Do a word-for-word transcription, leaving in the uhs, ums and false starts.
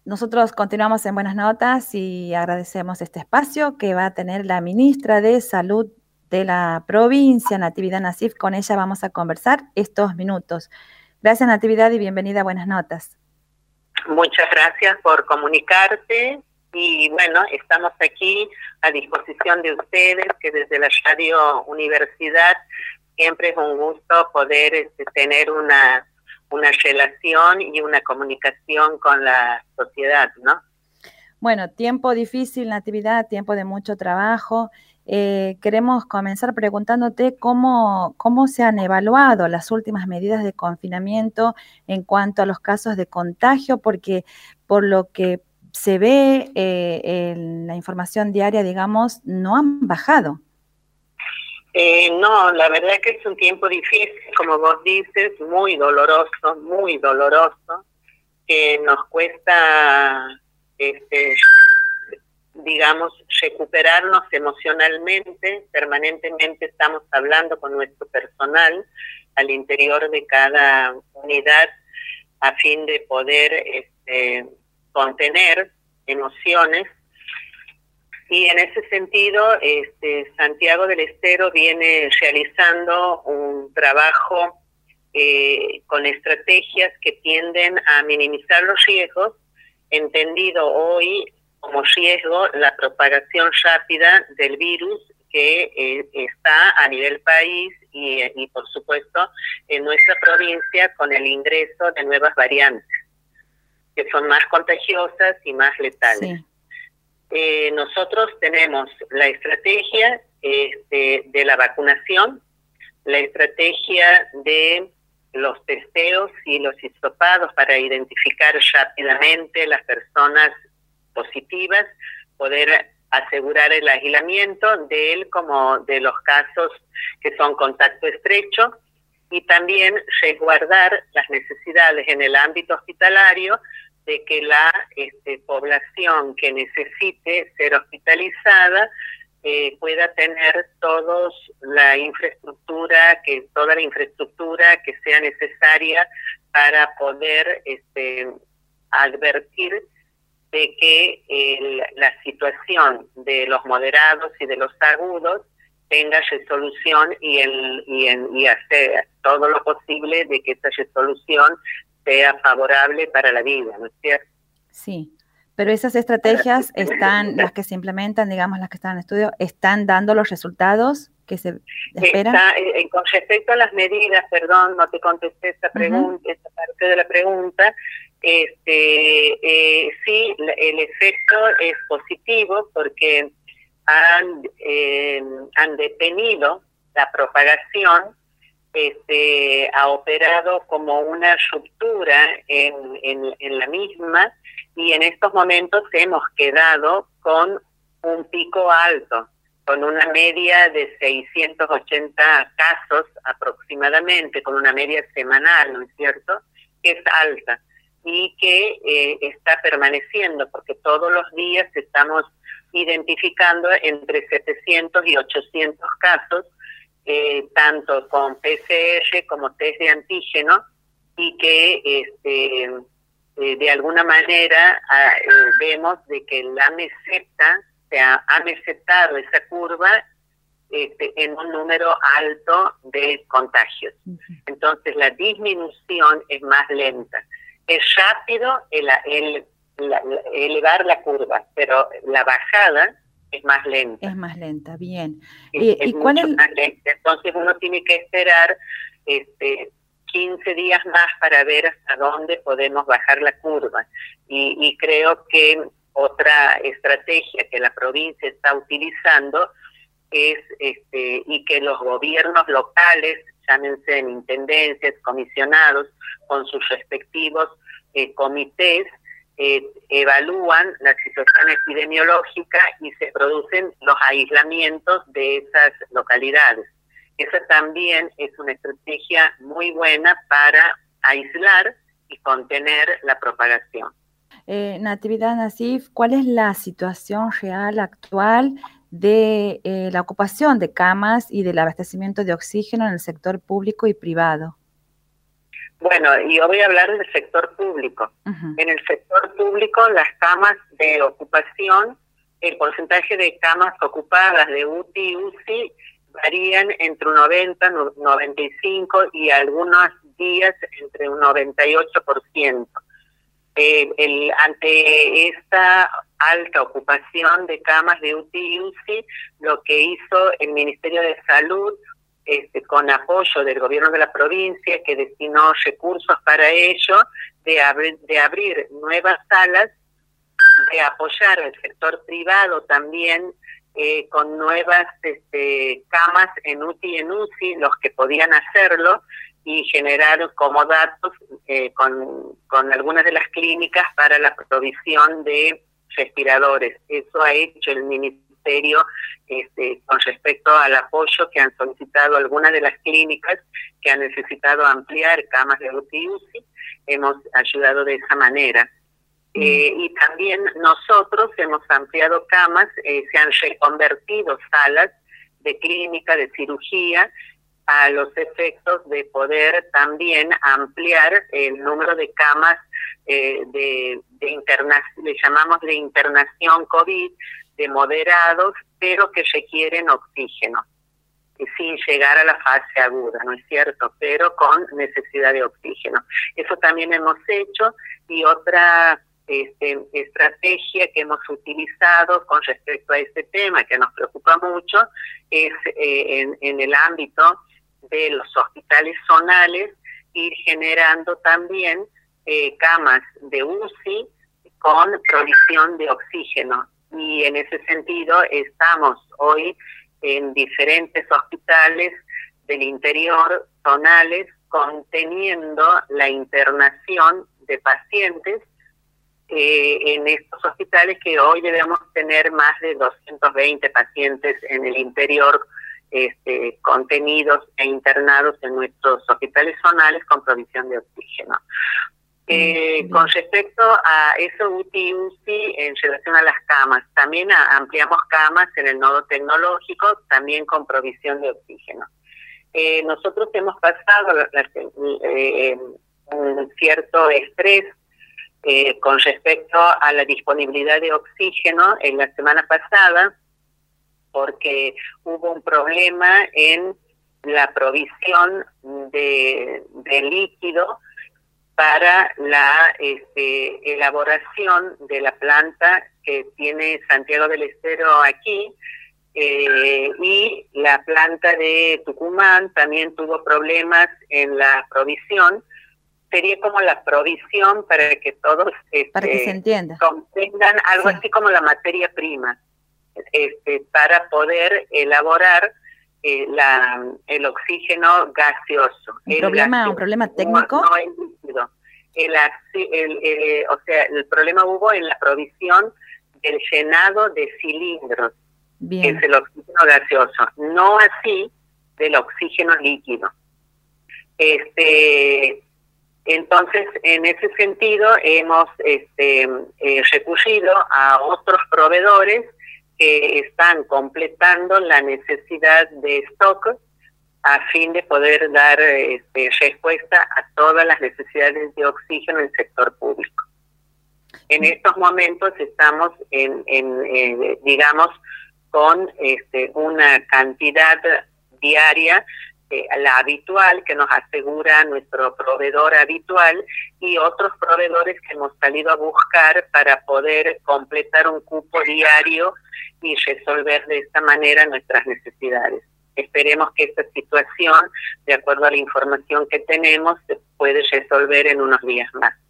nosotros continuamos en Buenas Notas y agradecemos este espacio que va a tener la ministra de Salud de la provincia, Natividad Nassif. Con ella vamos a conversar estos minutos. Gracias, Natividad, y bienvenida a Buenas Notas. Muchas gracias por comunicarte y bueno, estamos aquí a disposición de ustedes, que desde la Radio Universidad siempre es un gusto poder este, tener una, una relación y una comunicación con la sociedad, ¿no? Bueno, tiempo difícil, Natividad, tiempo de mucho trabajo. Eh, queremos comenzar preguntándote cómo, cómo se han evaluado las últimas medidas de confinamiento en cuanto a los casos de contagio, porque por lo que se ve eh, en la información diaria, digamos, no han bajado. Eh, no, la verdad es que es un tiempo difícil, como vos dices, muy doloroso, muy doloroso, que nos cuesta, este, digamos, recuperarnos emocionalmente. Permanentemente estamos hablando con nuestro personal al interior de cada unidad a fin de poder este, contener emociones. Y en ese sentido, este, Santiago del Estero viene realizando un trabajo eh, con estrategias que tienden a minimizar los riesgos, entendido hoy como riesgo la propagación rápida del virus que eh, está a nivel país y, y, por supuesto, en nuestra provincia con el ingreso de nuevas variantes, que son más contagiosas y más letales. Sí. Eh, nosotros tenemos la estrategia este, de la vacunación, la estrategia de los testeos y los hisopados para identificar rápidamente las personas positivas, poder asegurar el aislamiento de él como de los casos que son contacto estrecho, y también resguardar las necesidades en el ámbito hospitalario de que la este, población que necesite ser hospitalizada eh, pueda tener todos la infraestructura, que toda la infraestructura que sea necesaria para poder este, advertir de que el, la situación de los moderados y de los agudos tenga resolución y, el, y, en, y hacer todo lo posible de que esa resolución sea favorable para la vida, ¿no es cierto? Sí, pero esas estrategias están, las que se implementan, digamos, las que están en estudio, ¿están dando los resultados que se esperan? Está, eh, con respecto a las medidas, perdón, no te contesté esta pregunta, uh-huh. esta parte de la pregunta, este, eh, sí, el efecto es positivo porque han, eh, han detenido la propagación. Este, ha operado como una ruptura en, en, en la misma, y en estos momentos hemos quedado con un pico alto, con una media de seiscientos ochenta casos aproximadamente, con una media semanal, ¿no es cierto?, que es alta y que eh, está permaneciendo, porque todos los días estamos identificando entre setecientos y ochocientos casos, Eh, tanto con P C R como test de antígeno, y que este, eh, de alguna manera a, eh, vemos de que la meseta, se ha, ha mesetado esa curva este, en un número alto de contagios. Entonces la disminución es más lenta. Es rápido el, el, la, el elevar la curva, pero la bajada es más lenta. Es más lenta, bien. Es, es ¿y cuál mucho es? Más lenta. Entonces uno tiene que esperar este, quince días más para ver hasta dónde podemos bajar la curva. Y, y creo que otra estrategia que la provincia está utilizando es, este, y que los gobiernos locales, llámense en intendencias, comisionados, con sus respectivos eh, comités, Eh, evalúan la situación epidemiológica y se producen los aislamientos de esas localidades. Esa también es una estrategia muy buena para aislar y contener la propagación. Eh, Natividad Nassif, ¿cuál es la situación real actual de eh, la ocupación de camas y del abastecimiento de oxígeno en el sector público y privado? Bueno, y yo voy a hablar del sector público. Uh-huh. En el sector público, las camas de ocupación, el porcentaje de camas ocupadas de U T I y U C I varían entre un noventa, noventa y cinco y algunos días entre un noventa y ocho por ciento. Eh, el, ante esta alta ocupación de camas de U T I y U C I, lo que hizo el Ministerio de Salud, este, con apoyo del gobierno de la provincia, que destinó recursos para ello, de, abri de abrir nuevas salas, de apoyar al sector privado también, eh, con nuevas este, camas en U T I y en U C I, los que podían hacerlo, y generar como datos eh, con, con algunas de las clínicas para la provisión de respiradores. Eso ha hecho el Ministerio este, con respecto al apoyo que han solicitado algunas de las clínicas que han necesitado ampliar camas de U T I y U C I. Hemos ayudado de esa manera. Mm. Eh, y también nosotros hemos ampliado camas, eh, se han reconvertido salas de clínica, de cirugía, a los efectos de poder también ampliar el número de camas eh, de, de internación, le llamamos de internación COVID, de moderados, pero que requieren oxígeno, sin llegar a la fase aguda, ¿no es cierto?, pero con necesidad de oxígeno. Eso también hemos hecho. Y otra este, estrategia que hemos utilizado con respecto a este tema, que nos preocupa mucho, es eh, en, en el ámbito de los hospitales zonales, ir generando también eh, camas de U C I con provisión de oxígeno. Y en ese sentido estamos hoy en diferentes hospitales del interior zonales conteniendo la internación de pacientes eh, en estos hospitales, que hoy debemos tener más de doscientos veinte pacientes en el interior Este, contenidos e internados en nuestros hospitales zonales con provisión de oxígeno. Eh, con respecto a eso U T I y U C I en relación a las camas, también a, ampliamos camas en el nodo tecnológico, también con provisión de oxígeno. Eh, nosotros hemos pasado eh, un cierto estrés eh, con respecto a la disponibilidad de oxígeno en la semana pasada, porque hubo un problema en la provisión de, de líquido para la este, elaboración de la planta que tiene Santiago del Estero aquí, eh, y la planta de Tucumán también tuvo problemas en la provisión. Sería como la provisión para que todos este, para que se entienda, comprendan algo sí. Así como la materia prima. Este, para poder elaborar eh, la, el oxígeno gaseoso. ¿Un, el problema, gaseoso, ¿Un problema técnico? No, no el líquido. El, el, el, o sea, el problema hubo en la provisión del llenado de cilindros, Bien. que es el oxígeno gaseoso, no así del oxígeno líquido. Este, entonces, en ese sentido, hemos este, eh, recurrido a otros proveedores que están completando la necesidad de stock a fin de poder dar este, respuesta a todas las necesidades de oxígeno en el sector público. En estos momentos estamos, en, en, en digamos, con este, una cantidad diaria, eh, la habitual, que nos asegura nuestro proveedor habitual, y otros proveedores que hemos salido a buscar para poder completar un cupo diario y resolver de esta manera nuestras necesidades. Esperemos que esta situación, de acuerdo a la información que tenemos, se puede resolver en unos días más.